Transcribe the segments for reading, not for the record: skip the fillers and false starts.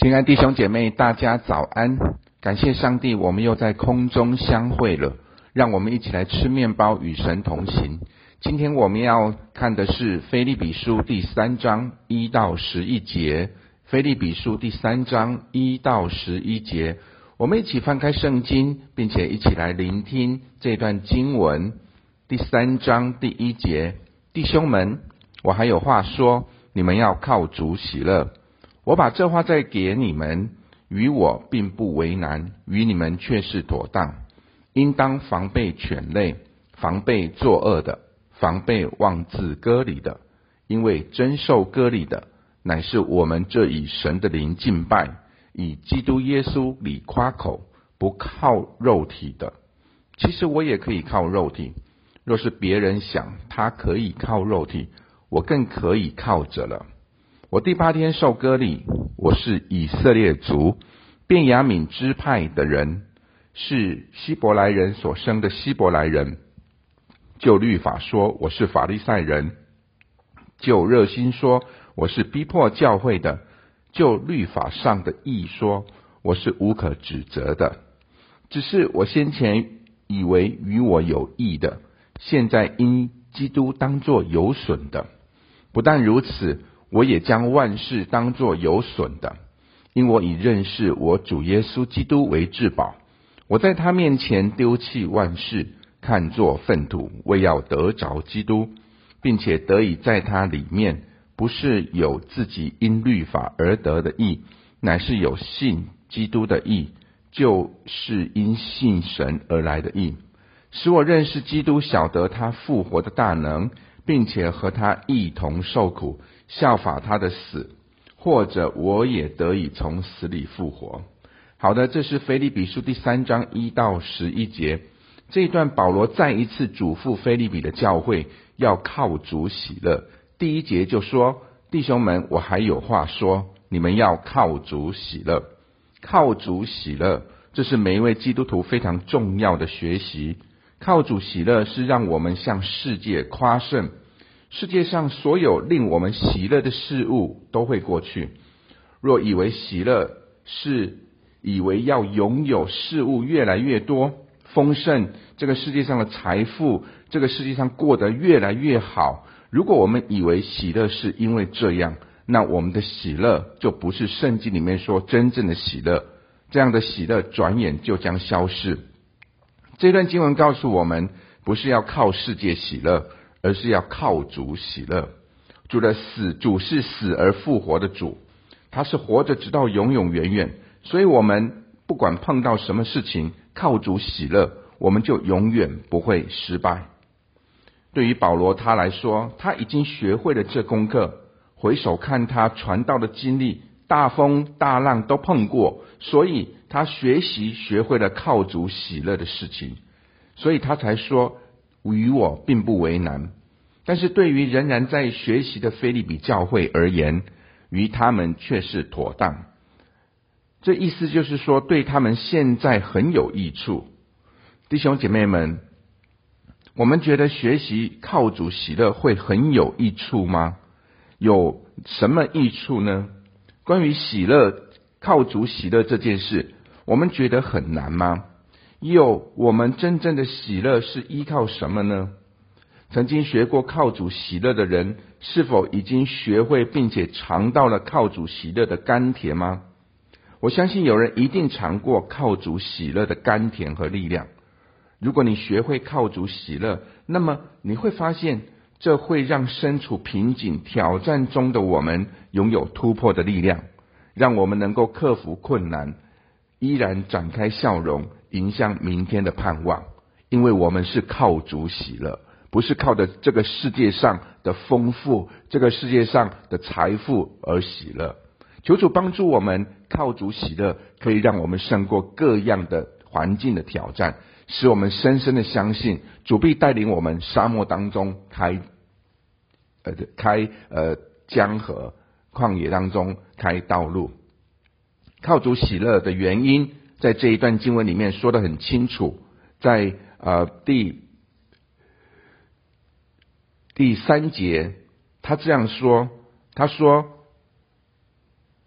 亲爱弟兄姐妹，大家早安！感谢上帝，我们又在空中相会了。让我们一起来吃面包，与神同行。今天我们要看的是腓立比书第3章1到11节。腓立比书第3章1到11节，我们一起翻开圣经，并且一起来聆听这段经文。第3章第1节，弟兄们，我还有话说，你们要靠主喜乐。我把这话再给你们，与我并不为难，与你们却是妥当。应当防备犬类，防备作恶的，防备妄自割礼的，因为真受割礼的，乃是我们这以神的灵敬拜，以基督耶稣里夸口，不靠肉体的。其实我也可以靠肉体，若是别人想他可以靠肉体，我更可以靠着了。我第8天受割礼，我是以色列族便雅悯支派的人，是希伯来人所生的希伯来人。就律法说，我是法利赛人；就热心说，我是逼迫教会的；就律法上的义说，我是无可指责的。只是我先前以为与我有益的，现在因基督当作有损的。不但如此，我也将万事当作有损的，因我已认识我主耶稣基督为至宝。我在他面前丢弃万事，看作粪土，为要得着基督，并且得以在他里面，不是有自己因律法而得的义，乃是有信基督的义，就是因信神而来的义，使我认识基督，晓得他复活的大能，并且和他一同受苦，效法他的死，或者我也得以从死里复活。好的，这是腓立比书第3章1到11节。这一段保罗再一次嘱咐腓立比的教会要靠主喜乐。第1节就说，弟兄们，我还有话说，你们要靠主喜乐。靠主喜乐，这是每一位基督徒非常重要的学习。靠主喜乐是让我们向世界夸胜，世界上所有令我们喜乐的事物都会过去。若以为喜乐是以为要拥有事物越来越多，丰盛，这个世界上的财富，这个世界上过得越来越好，如果我们以为喜乐是因为这样，那我们的喜乐就不是圣经里面说真正的喜乐，这样的喜乐转眼就将消失。这段经文告诉我们，不是要靠世界喜乐，而是要靠主喜乐。主是死而复活的主，他是活着直到永永远远，所以我们不管碰到什么事情，靠主喜乐，我们就永远不会失败。对于保罗他来说，他已经学会了这功课，回首看他传道的经历，大风大浪都碰过，所以他学会了靠主喜乐的事情，所以他才说与我并不为难。但是对于仍然在学习的腓立比教会而言，于他们却是妥当。这意思就是说，对他们现在很有益处。弟兄姐妹们，我们觉得学习靠主喜乐会很有益处吗？有什么益处呢？关于喜乐，靠主喜乐这件事，我们觉得很难吗？我们真正的喜乐是依靠什么呢？曾经学过靠主喜乐的人，是否已经学会并且尝到了靠主喜乐的甘甜吗？我相信有人一定尝过靠主喜乐的甘甜和力量。如果你学会靠主喜乐，那么你会发现，这会让身处瓶颈挑战中的我们拥有突破的力量，让我们能够克服困难，依然展开笑容，迎向明天的盼望。因为我们是靠主喜乐，不是靠着这个世界上的丰富，这个世界上的财富而喜乐。求主帮助我们靠主喜乐，可以让我们胜过各样的环境的挑战，使我们深深的相信主必带领我们沙漠当中开江河，旷野当中开道路。靠主喜乐的原因，在这一段经文里面说得很清楚，在第3节，他这样说，他说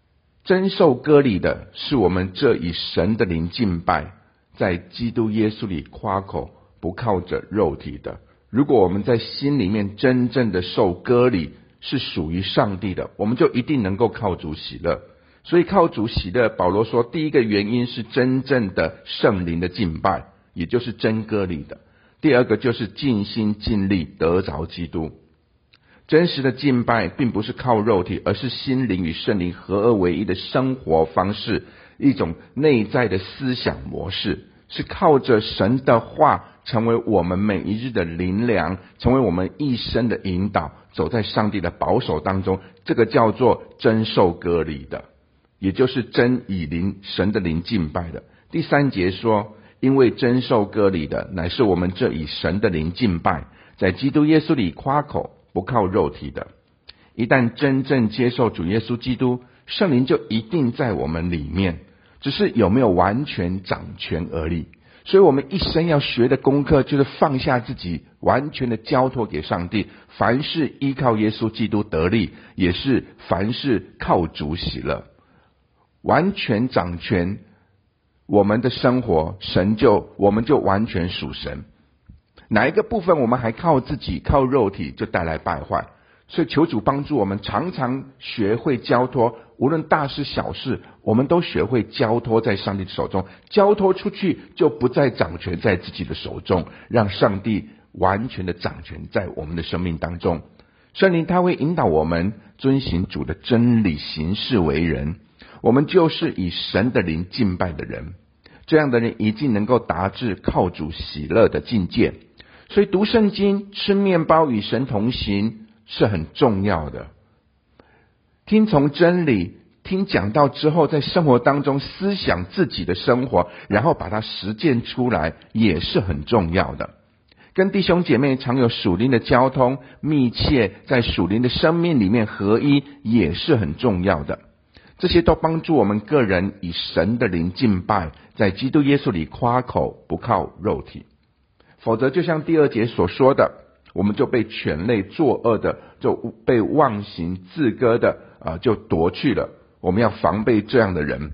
真受割礼的是我们这以神的灵敬拜，在基督耶稣里夸口，不靠着肉体的。如果我们在心里面真正的受割礼，是属于上帝的，我们就一定能够靠主喜乐。所以靠主喜乐，保罗说第一个原因是真正的圣灵的敬拜，也就是真割礼的。第二个就是尽心尽力得着基督。真实的敬拜并不是靠肉体，而是心灵与圣灵合而为一的生活方式，一种内在的思想模式，是靠着神的话成为我们每一日的灵粮，成为我们一生的引导，走在上帝的保守当中。这个叫做真受割礼的，也就是真以神的灵敬拜的。第3节说，因为真受割礼的乃是我们这以神的灵敬拜，在基督耶稣里夸口，不靠肉体的。一旦真正接受主耶稣基督，圣灵就一定在我们里面，只是有没有完全掌权而已。所以我们一生要学的功课，就是放下自己，完全的交托给上帝，凡事依靠耶稣基督得力，也是凡事靠主喜乐，完全掌权我们的生活，我们就完全属神。哪一个部分我们还靠自己靠肉体，就带来败坏。所以求主帮助我们常常学会交托，无论大事小事，我们都学会交托在上帝的手中，交托出去就不再掌权在自己的手中，让上帝完全的掌权在我们的生命当中。圣灵他会引导我们遵行主的真理，行事为人，我们就是以神的灵敬拜的人。这样的人一定能够达至靠主喜乐的境界。所以读圣经、吃面包与神同行是很重要的。听从真理，听讲道之后，在生活当中思想自己的生活，然后把它实践出来，也是很重要的。跟弟兄姐妹常有属灵的交通，密切在属灵的生命里面合一，也是很重要的。这些都帮助我们个人以神的灵敬拜，在基督耶稣里夸口，不靠肉体。否则就像第2节所说的，我们就被犬类作恶的，就被妄行自割的就夺去了。我们要防备这样的人，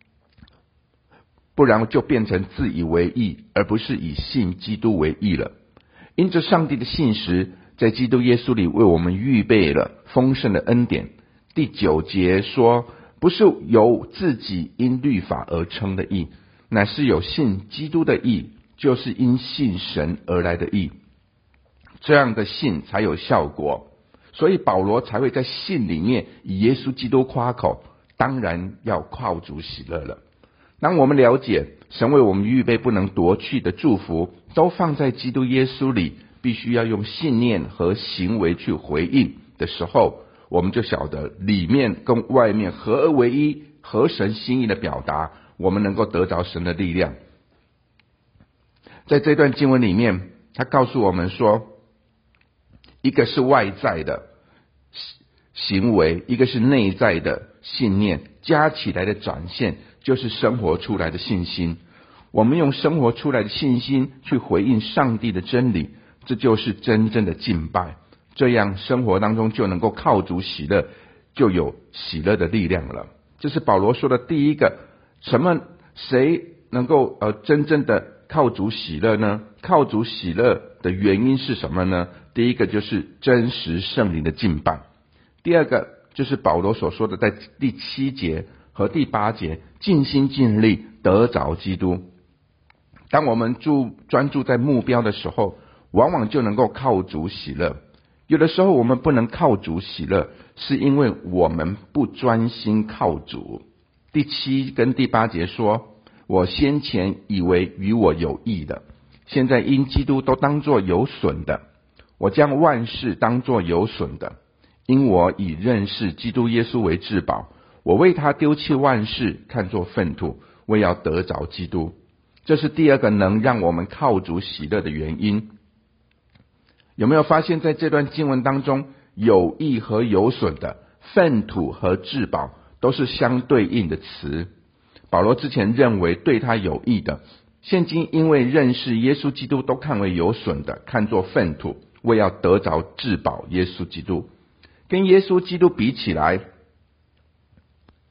不然就变成自以为义，而不是以信基督为义了。因着上帝的信实，在基督耶稣里为我们预备了丰盛的恩典。第9节说，不是由自己因律法而称的义，乃是有信基督的义，就是因信神而来的义。这样的信才有效果，所以保罗才会在信里面以耶稣基督夸口，当然要靠主喜乐了。当我们了解神为我们预备不能夺去的祝福，都放在基督耶稣里，必须要用信念和行为去回应的时候，我们就晓得里面跟外面合而为一，合神心意的表达，我们能够得着神的力量。在这段经文里面，他告诉我们说，一个是外在的行为，一个是内在的信念，加起来的展现就是生活出来的信心。我们用生活出来的信心去回应上帝的真理，这就是真正的敬拜。这样生活当中就能够靠主喜乐，就有喜乐的力量了。这是保罗说的第一个。谁能够真正的靠主喜乐呢？靠主喜乐的原因是什么呢？第一个就是真实圣灵的敬拜。第二个就是保罗所说的在第7节和第8节，尽心尽力得着基督。当我们专注在目标的时候，往往就能够靠主喜乐。有的时候我们不能靠主喜乐，是因为我们不专心靠主。第7跟第8节说，我先前以为与我有益的，现在因基督都当作有损的。我将万事当作有损的，因我以认识基督耶稣为至宝。我为他丢弃万事，看作粪土，为要得着基督。这是第二个能让我们靠主喜乐的原因。有没有发现在这段经文当中，有益和有损的，粪土和至宝都是相对应的词。保罗之前认为对他有益的，现今因为认识耶稣基督都看为有损的，看作粪土，为要得着至宝耶稣基督。跟耶稣基督比起来，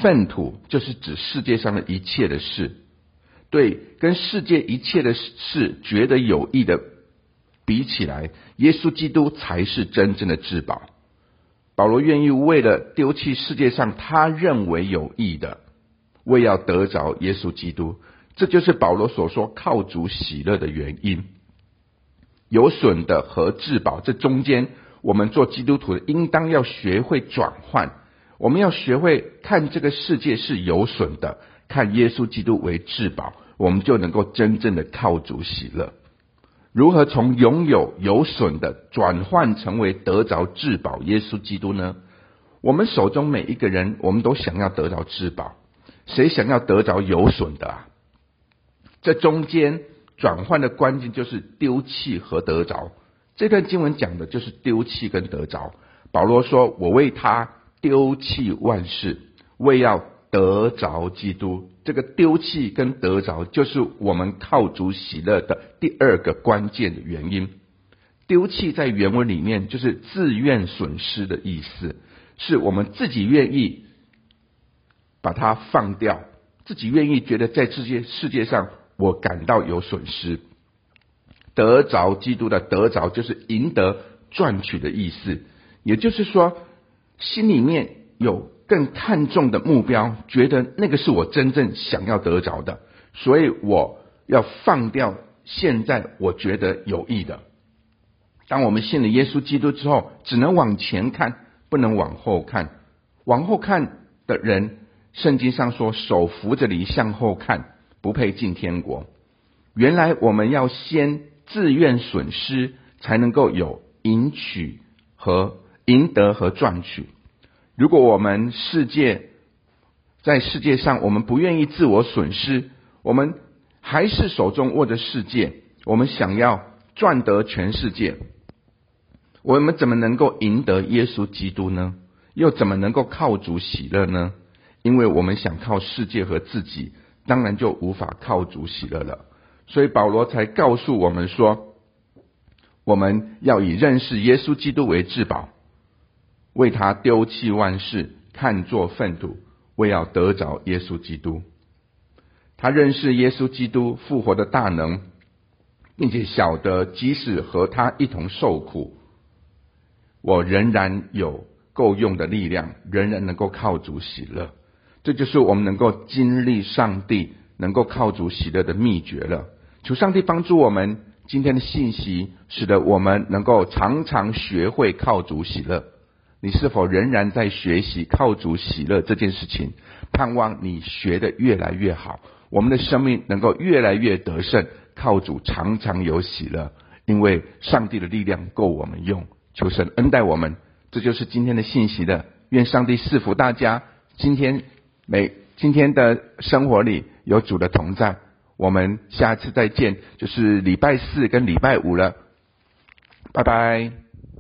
粪土就是指世界上的一切的事，对跟世界一切的事觉得有益的比起来，耶稣基督才是真正的至宝。保罗愿意为了丢弃世界上他认为有益的，为要得着耶稣基督，这就是保罗所说靠主喜乐的原因。有损的和至宝，这中间我们做基督徒的应当要学会转换，我们要学会看这个世界是有损的，看耶稣基督为至宝，我们就能够真正的靠主喜乐。如何从拥有有损的转换成为得着至宝耶稣基督呢？我们手中每一个人，我们都想要得着至宝，谁想要得着有损的啊？这中间转换的关键就是丢弃和得着。这段经文讲的就是丢弃跟得着。保罗说，我为他丢弃万事，为要得着基督。这个丢弃跟得着就是我们靠主喜乐的第二个关键的原因。丢弃在原文里面就是自愿损失的意思，是我们自己愿意把它放掉，自己愿意觉得在这些世界上我感到有损失。得着基督的得着就是赢得赚取的意思，也就是说心里面有更看重的目标，觉得那个是我真正想要得着的，所以我要放掉现在我觉得有益的。当我们信了耶稣基督之后，只能往前看，不能往后看。往后看的人，圣经上说手扶着犁向后看，不配进天国。原来我们要先自愿损失，才能够有赢得和赚取。如果我们在世界上我们不愿意自我损失，我们还是手中握着世界，我们想要赚得全世界，我们怎么能够赢得耶稣基督呢？又怎么能够靠主喜乐呢？因为我们想靠世界和自己，当然就无法靠主喜乐了。所以保罗才告诉我们说，我们要以认识耶稣基督为至宝，为他丢弃万事，看作粪土，为要得着耶稣基督。他认识耶稣基督复活的大能，并且晓得即使和他一同受苦，我仍然有够用的力量，仍然能够靠主喜乐。这就是我们能够经历上帝，能够靠主喜乐的秘诀了。求上帝帮助我们，今天的信息使得我们能够常常学会靠主喜乐。你是否仍然在学习靠主喜乐这件事情？盼望你学得越来越好，我们的生命能够越来越得胜，靠主常常有喜乐，因为上帝的力量够我们用。求神恩待我们，这就是今天的信息的。愿上帝赐福大家，今天的生活里有主的同在。我们下次再见，就是礼拜4跟礼拜5了，拜拜。